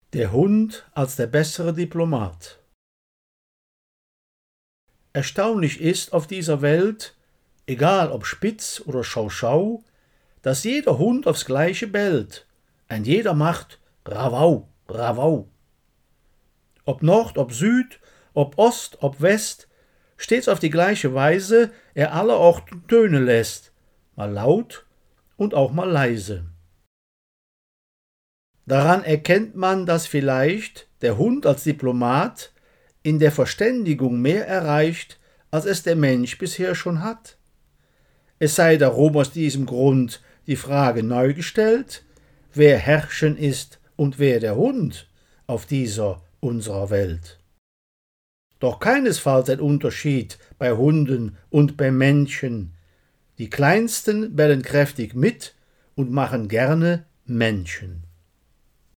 Der Hund als der bessere Diplomat. Erstaunlich ist auf dieser Welt, egal ob Spitz oder Schau-Schau, dass jeder Hund aufs Gleiche bellt, ein jeder macht Rawau, Rawau. Ob Nord, ob Süd, ob Ost, ob West, stets auf die gleiche Weise er allerorten Töne lässt, mal laut und auch mal leise. Daran erkennt man, dass vielleicht der Hund als Diplomat in der Verständigung mehr erreicht, als es der Mensch bisher schon hat. Es sei darum aus diesem Grund die Frage neu gestellt, wer herrschen ist und wer der Hund auf dieser unserer Welt. Doch keinesfalls ein Unterschied bei Hunden und bei Menschen. Die Kleinsten bellen kräftig mit und machen gerne Menschen.